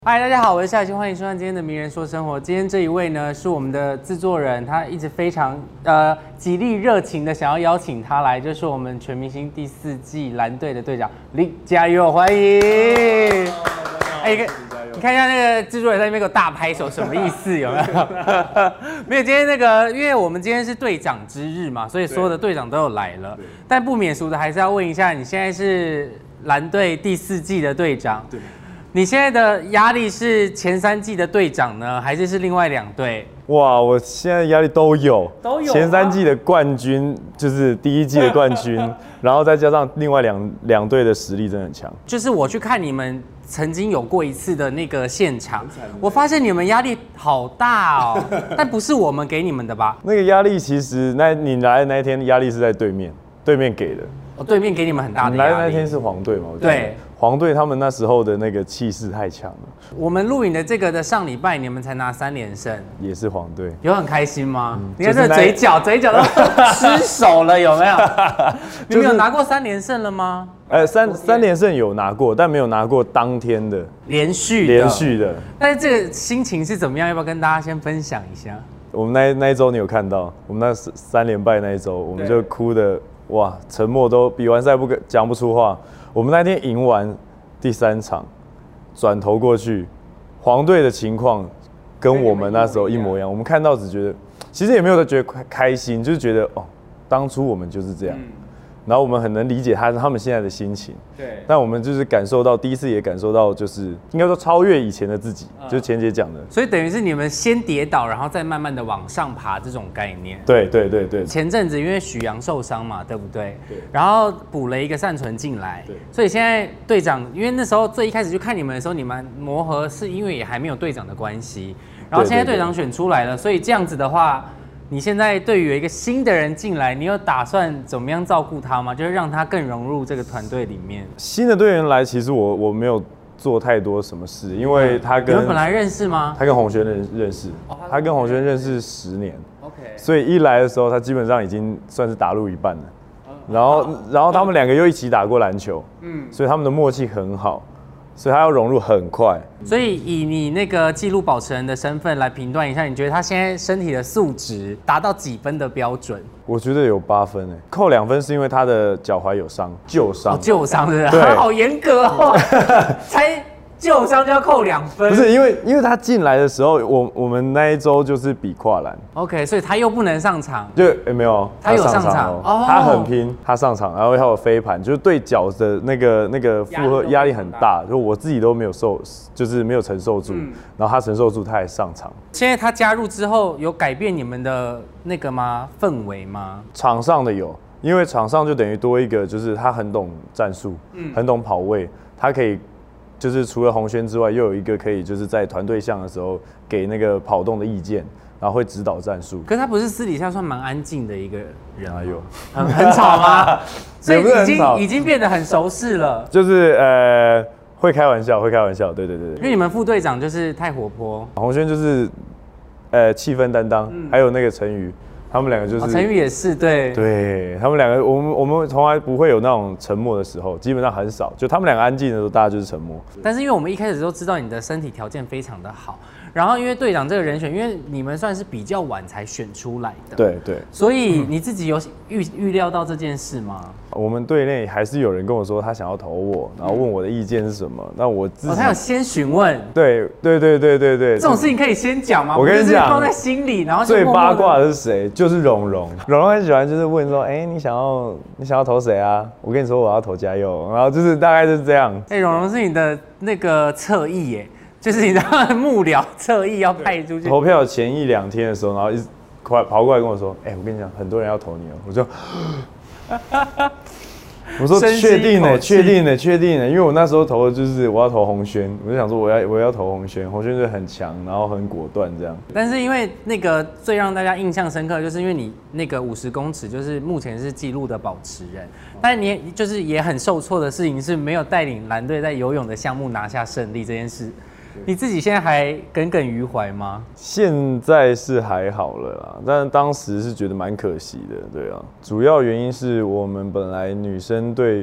嗨，大家好，我是夏晴，欢迎收看今天的《名人说生活》。今天这一位呢是我们的制作人，他一直非常极力热情的想要邀请他来，就是我们全明星第4季蓝队的队长林家佑，欢迎。哎，你看一下那个制作人在那边给我大拍手，什么意思？有没有？没有，今天那个，因为我们今天是队长之日嘛，所以所有的队长都有来了。但不免俗的还是要问一下，你现在是蓝队第4季的队长。对。你现在的压力是前3季的队长呢，还是另外2队？ 哇，我现在压力都有，前3季的冠军就是第1季的冠军，然后再加上另外两队的实力真的很强。 就是我去看你们曾经有过一次的那个现场，我发现你们压力好大哦，但不是我们给你们的吧？ 那个压力其实你来的那一天压力是在对面给的。 哦，对面给你们很大的压力。 你来的那天是黄队嘛？ 对。 黄队他们那时候的那个气势太强了。 我们录影的这个的上礼拜，你们才拿3连胜，也是黄队， 有很开心吗？你看这个嘴角都失手了，有没有？你们有拿过3连胜了吗 ？3连胜有拿过，但没有拿过当天的连续的。但是这个心情是怎么样？要不要跟大家先分享一下？ 我们那一周你有看到，我们那3连败那一周，我们就哭的哇，沉默都比完赛讲不出话。我们那天赢完第3场，转头过去，黄队的情况跟我们那时候一模一样。我们看到只觉得，其实也没有觉得开心，就是觉得哦，当初我们就是这样。然后我们很能理解他们现在的心情。对。但我们就是感受到，第一次也感受到，就是应该说超越以前的自己，就是钱姐讲的。 所以等于是你们先跌倒，然后再慢慢的往上爬这种概念。 对。 前阵子因为许阳受伤嘛，对不对？对。然后补了一个善存进来。对。所以现在队长，因为那时候最一开始就看你们的时候，你们磨合是因为也还没有队长的关系，然后现在队长选出来了，所以这样子的话。你现在对于有一个新的人进来，你有打算怎么样照顾他吗？就是让他更融入这个团队里面。 新的队员来，其实我没有做太多什么事，因为他跟你们本来认识吗？ 他跟洪轩认识，他跟洪轩认识10年。OK。所以一来的时候，他基本上已经算是打入一半了。然后他们2个又一起打过篮球，所以他们的默契很好。所以他要融入很快， 所以以你那个纪录保持人的身份来评断一下，你觉得他现在身体的素质达到几分的标准？ 我觉得有8分扣2分是因为他的脚踝有伤，旧伤， 旧伤是不是？对，好严格哦，才旧伤就要扣2分。 不是因为他进来的时候，我们那一周就是比跨栏 ，OK， 所以他又不能上场， 就没有， 他有上场哦，他很拼，他上场，然后还有飞盘，就是对脚的那个负荷压力很大，就我自己都没有就是没有承受住，然后他承受住，他还上场。 现在他加入之后，有改变你们的那个吗？氛围吗？ 场上的有，因为场上就等于多一个，就是他很懂战术，很懂跑位，他可以。就是除了洪轩之外，又有一个可以就是在团队项的时候给那个跑动的意见，然后会指导战术。 可是他不是私底下算蛮安静的一个人， 哪有？ 很吵吗？所以已经变得很熟识了。 就是会开玩笑，对。 因为你们副队长就是太活泼， 洪轩就是气氛担当，还有那个陈宇。他们2个就是陈宇也是对他们2个，我们从来不会有那种沉默的时候，基本上很少。就他们2个安静的时候，大家就是沉默。 但是因为我们一开始都知道你的身体条件非常的好，然后因为队长这个人选，因为你们算是比较晚才选出来的， 对， 所以你自己有预料到这件事吗？ 我们队内还是有人跟我说他想要投我，然后问我的意见是什么。那我自己他有先询问， 对，这种事情可以先讲吗？ 我跟你讲， 放在心里，然后最八卦的是谁？就是蓉蓉很喜欢就是问说，你想要投谁啊？我跟你说我要投嘉佑，然后就是大概就是这样。 蓉蓉是你的那个侧翼耶，就是你的幕僚侧翼要派出去。 投票前1、2天的时候，然后一直跑过来跟我说，我跟你讲，很多人要投你哦，我就。我说确定呢，因为我那时候投的就是我要投洪轩，我就想说我要投洪轩就很强，然后很果断这样。 但是因为那个最让大家印象深刻，就是因为你那个50公尺就是目前是纪录的保持人，但你就是也很受挫的事情是没有带领蓝队在游泳的项目拿下胜利这件事。你自己现在还耿耿于怀吗？ 现在是还好了啦，但当时是觉得蛮可惜的，对啊。主要原因是我们本来女生队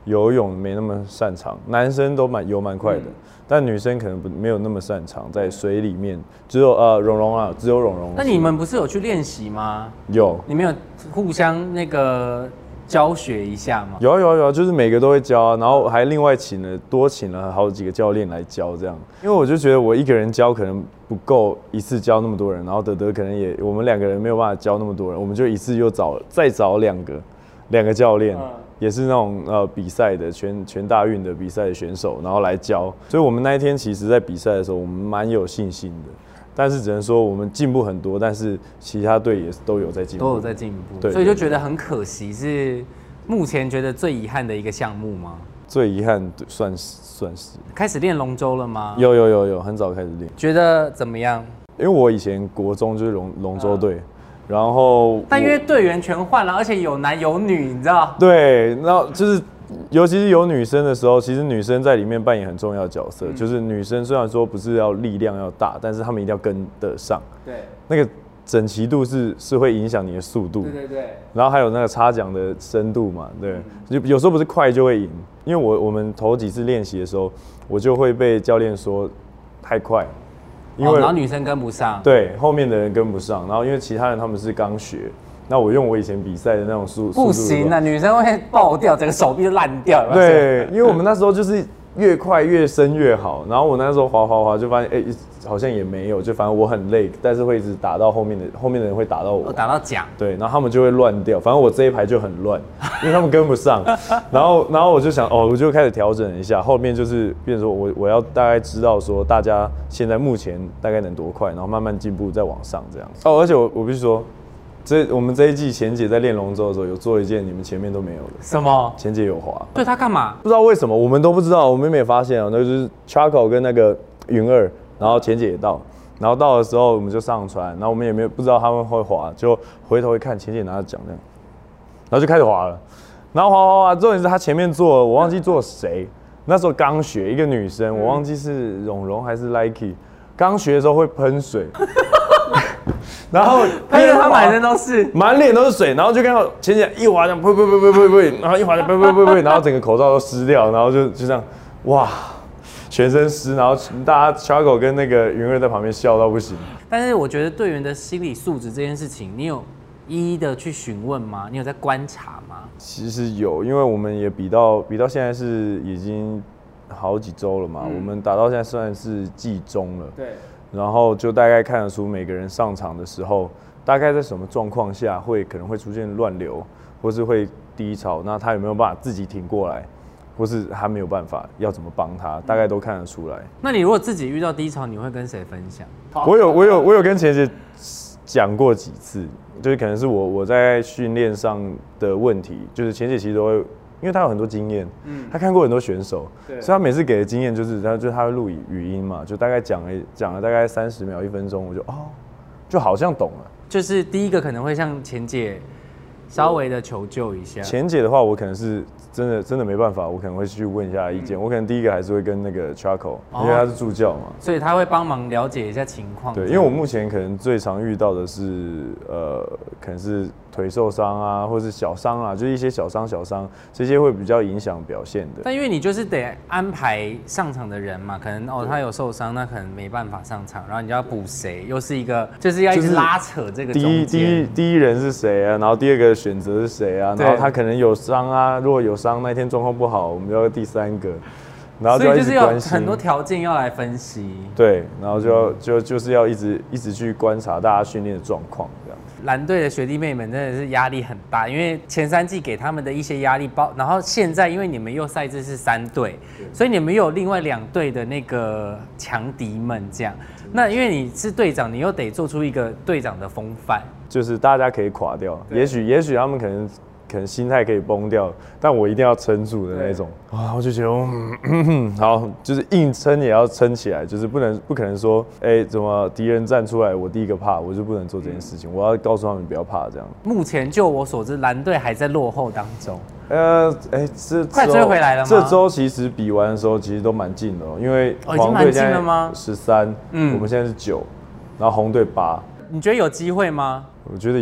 游泳没那么擅长，男生都游蛮快的，但女生可能没有那么擅长在水里面，只有蓉蓉啊，只有蓉蓉。 那你们不是有去练习吗？ 有， 你们有互相那个教学一下吗？ 有，就是每个都会教啊，然后还另外多请了好几个教练来教这样，因为我就觉得我一个人教可能不够一次教那么多人，然后德可能我们2个人没有办法教那么多人，我们就一次又再找2个教练。也是那种比赛的全大运的比赛的选手，然后来教，所以我们那一天其实在比赛的时候，我们蛮有信心的，但是只能说我们进步很多，但是其他队也都有在进步，对， 所以就觉得很可惜，是目前觉得最遗憾的一个项目吗？ 最遗憾算是。 开始练龙舟了吗？ 有，很早开始练。 觉得怎么样？ 因为我以前国中就是龙舟队。然后， 但因为队员全换了，而且有男有女，你知道？ 对，然后就是，尤其是有女生的时候，其实女生在里面扮演很重要的角色。就是女生虽然说不是要力量要大，但是她们一定要跟得上。 对， 那个整齐度是会影响你的速度。 对。 然后还有那个擦桨的深度嘛，对，就有时候不是快就会赢，因为我们头几次练习的时候，我就会被教练说太快。 然后女生跟不上， 对，后面的人跟不上，然后因为其他人他们是刚学，那我用我以前比赛的那种速度不行啊，女生会爆掉，整个手臂就烂掉。 对，因为我们那时候就是越快越深越好，然后我那时候滑就发现，好像也没有，就反正我很累，但是会一直打到后面的人会打到我， 打到桨， 对，然后他们就会乱掉，反正我这一排就很乱，因为他们跟不上，然后我就想，我就开始调整一下，后面就是变成说我要大概知道说大家现在目前大概能多快，然后慢慢进步再往上这样。而且我必须说，我们这一季钱姐在练龙舟的时候有做一件你们前面都没有的。 什么？ 钱姐有滑。 对，她干嘛？ 不知道为什么，我们都不知道，我们也没发现啊。那就是 Chaco 跟那个云儿，然后钱姐也到，然后到的时候我们就上船，然后我们也没有不知道他们会滑，就回头一看，钱姐拿着桨这样，然后就开始滑了。然后滑，重点是他前面坐，我忘记坐谁。那时候刚学一个女生，我忘记是蓉蓉还是 Likey， 刚学的时候会喷水。然后喷的他满身都是， 满脸都是水，然后就看到钱姐一滑这样，呸，然后一滑就呸，然后整个口罩都湿掉，然后就这样，哇，全身湿，然后大家小狗跟那个云儿在旁边笑到不行。 但是我觉得队员的心理素质这件事情，你有一一的去询问吗？你有在观察吗？ 其实有，因为我们也比到现在是已经好几周了嘛，我们打到现在算是季中了。 对。 然后就大概看得出每个人上场的时候，大概在什么状况下可能会出现乱流，或是会低潮，那他有没有办法自己挺过来，或是他没有办法要怎么帮他，大概都看得出来。 那你如果自己遇到低潮，你会跟谁分享？ 我有跟钱姐讲过几次，就是可能是我在训练上的问题，就是钱姐其实都会。因为他有很多经验，他看过很多选手，所以他每次给的经验就是他会录语音嘛，就大概讲了大概30秒1分钟，我就好像懂了。 就是第一个可能会向钱姐稍微的求救一下。 钱姐的话，我可能是真的没办法，我可能会去问一下意见。我可能第一个还是会跟那个 Chaco， 因为他是助教嘛， 所以他会帮忙了解一下情况。 对，因为我目前可能最常遇到的是可能是腿受伤啊，或是小伤啊，就是一些小伤，这些会比较影响表现的。 但因为你就是得安排上场的人嘛，可能他有受伤，那可能没办法上场，然后你就要补谁，又是一个就是要一直拉扯这个中间。 第一人是谁啊？然后第二个选择是谁啊？然后他可能有伤啊，如果有伤那天状况不好，我们就要第3个。然后就要一直关心， 很多条件要来分析。 对，然后就是要一直去观察大家训练的状况，这样。 蓝队的学弟妹们真的是压力很大，因为前3季给他们的一些压力然后现在因为你们又赛制是3队，所以你们又有另外2队的那个强敌们这样。那因为你是队长，你又得做出一个队长的风范， 就是大家可以垮掉，也许他们可能心态可以崩掉，但我一定要撑住的那种啊！我就觉得，好，就是硬撑也要撑起来，就是不可能说，怎么敌人站出来，我第一个怕，我就不能做这件事情。我要告诉他们不要怕，这样。 目前就我所知，蓝队还在落后当中。 快追回来了吗？ 这周其实比完的时候其实都蛮近的因为黄队现在13，我们现在是9，然后红队8。 你觉得有机会吗？ 我觉得有啊。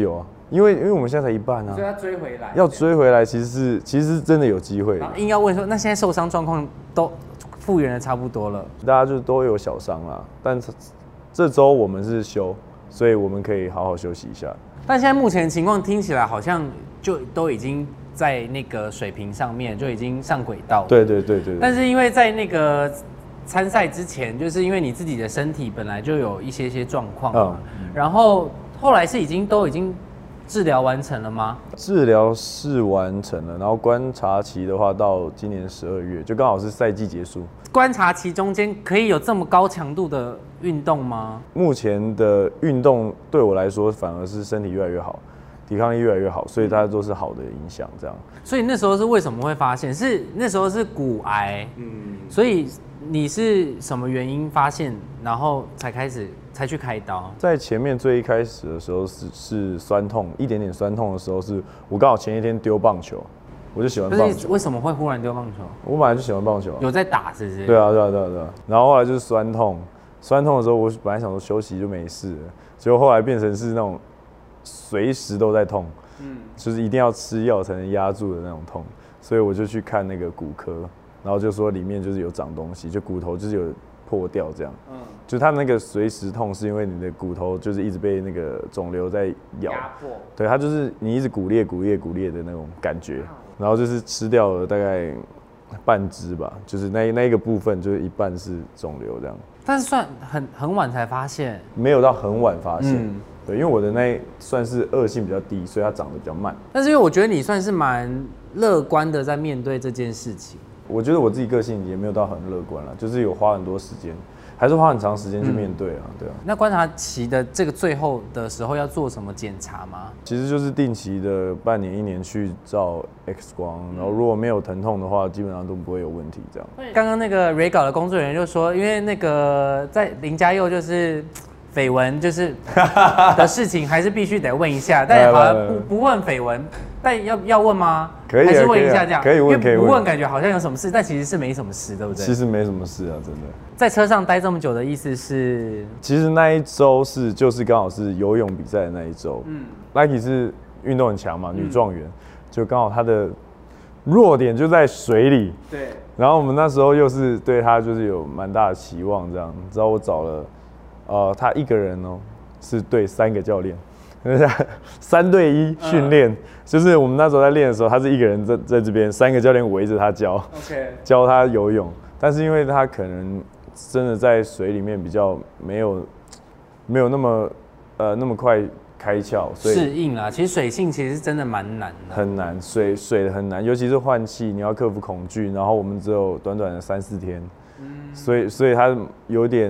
因为我们现在才一半啊， 所以要追回来， 要追回来其实是真的有机会。 然后硬要问说，那现在受伤状况都复原的差不多了， 大家就都有小伤啦，但这周我们是休，所以我们可以好好休息一下。 但现在目前情况听起来好像就都已经在那个水平上面，就已经上轨道了。 对。 但是因为在那个参赛之前，就是因为你自己的身体本来就有一些状况嘛，然后后来是都已经治疗完成了吗？ 治疗是完成了，然后观察期的话到今年12月，就刚好是赛季结束。 观察期中间可以有这么高强度的运动吗？ 目前的运动对我来说反而是身体越来越好，抵抗力越来越好，所以它都是好的影响。这样。 所以那时候是为什么会发现？是那时候是骨癌，所以你是什么原因发现，然后才去开刀？ 在前面最一开始的时候是酸痛，一点点酸痛的时候是我刚好前一天丢棒球，我就喜欢棒球。 为什么会忽然丢棒球？ 我本来就喜欢棒球， 有在打是不是？ 对啊。然后后来就是酸痛的时候，我本来想说休息就没事了，结果后来变成是那种随时都在痛，就是一定要吃药才能压住的那种痛，所以我就去看那个骨科，然后就说里面就是有长东西，就骨头就是有破掉这样，就他那个随时痛是因为你的骨头就是一直被那个肿瘤在咬，对，它就是你一直骨裂的那种感觉，然后就是吃掉了大概半只吧，就是那一个部分就是一半是肿瘤这样。 但是算很晚才发现， 没有到很晚发现，对，因为我的那算是恶性比较低，所以它长得比较慢。 但是因为我觉得你算是蛮乐观的在面对这件事情。 我觉得我自己个性也没有到很乐观啦，就是有花很多时间，还是花很长时间去面对啊，对啊。 那观察期的这个最后的时候要做什么检查吗？ 其实就是定期的半年、1年去照 X 光，然后如果没有疼痛的话，基本上都不会有问题。这样。 刚刚那个 Ray 稿的工作人员就说，因为那个在林嘉佑就是绯闻就是的事情，还是必须得问一下。但好像不问绯闻，但要问吗？ 可以， 还是问一下这样？ 可以问，可以问。 不问感觉好像有什么事，但其实是没什么事，对不对？ 其实没什么事啊，真的。 在车上待这么久的意思是？ 其实那一周就是刚好是游泳比赛的那一周。Nike 是运动很强嘛，女状元，就刚好她的弱点就在水里。 对。 然后我们那时候又是对她就是有蛮大的期望，这样。你知道我找了，她一个人哦，是对3个教练。3对1训练，就是我们那时候在练的时候，他是一个人在这边，3个教练围着他教他游泳。但是因为他可能真的在水里面比较没有那么快开窍，所以适应啦。其实水性其实真的蛮难的， 很难，水很难，尤其是换气，你要克服恐惧。然后我们只有短短的3、4天，所以他有点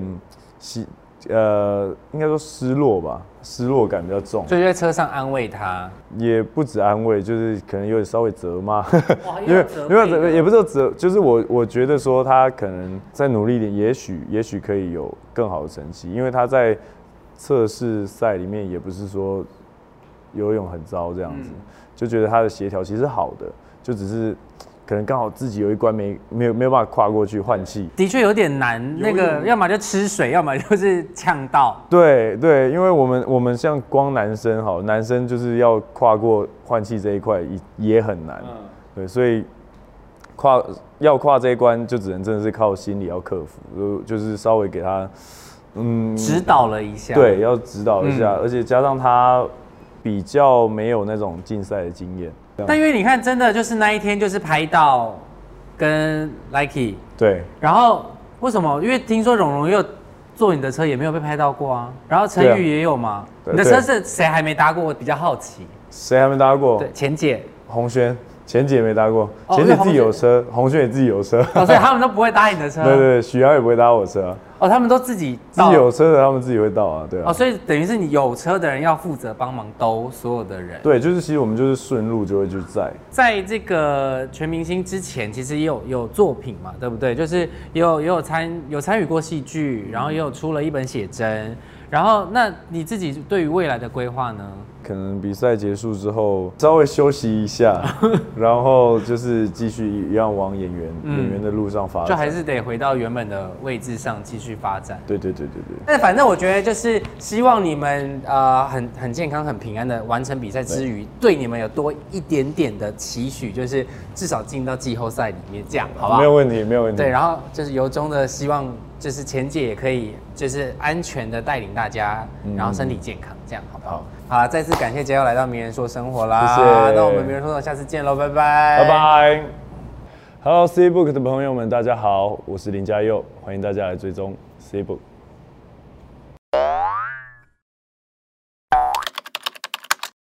应该说失落吧，失落感比较重， 所以就在车上安慰他， 也不止安慰，就是可能有点稍微责骂，因为也不是责，就是我觉得说他可能再努力一点，也许可以有更好的成绩，因为他在测试赛里面也不是说游泳很糟这样子，就觉得他的协调其实好的，就只是。可能刚好自己有一关没有办法跨过去换气， 的确有点难。那个要么就吃水，要么就是呛到。对， 因为我们像光男生好，男生就是要跨过换气这一块也很难。对，所以要跨这一关，就只能真的是靠心理要克服，就是稍微给他指导了一下。 对，要指导一下，而且加上他比较没有那种竞赛的经验。 但因为你看，真的就是那一天就是拍到跟 Nike 对， 然后为什么？因为听说蓉蓉又坐你的车也没有被拍到过啊，然后陈宇也有嘛。你的车是谁还没搭过？我比较好奇。 谁还没搭过？ 对，钱姐、 洪轩。钱姐没搭过，钱姐自己有车，洪轩也自己有车， 所以他们都不会搭你的车。 对，许瑶也不会搭我车。 他们都自己有车的，他们自己会到啊，对啊。 所以等于是你有车的人要负责帮忙兜所有的人。 对，就是其实我们就是顺路就会去载。 在这个全明星之前，其实也有作品嘛，对不对？就是有参与过戏剧，然后也有出了一本写真。 然后，那你自己对于未来的规划呢？ 可能比赛结束之后稍微休息一下，然后就是继续一样往演员的路上发展， 就还是得回到原本的位置上继续发展。 对。 但反正我觉得就是希望你们很健康、很平安的完成比赛之余，对你们有多一点点的期许，就是至少进到季后赛里面，这样好不好？ 没有问题。 对，然后就是由衷的希望，就是钱姐也可以就是安全的带领大家，然后身体健康，这样好不好？好了，再次感谢杰佑来到名人说生活啦， 谢谢。 那我们名人说生活下次见喽，拜拜， 拜拜。Hello C Book 的朋友们，大家好，我是林家佑，欢迎大家来追踪 C Book。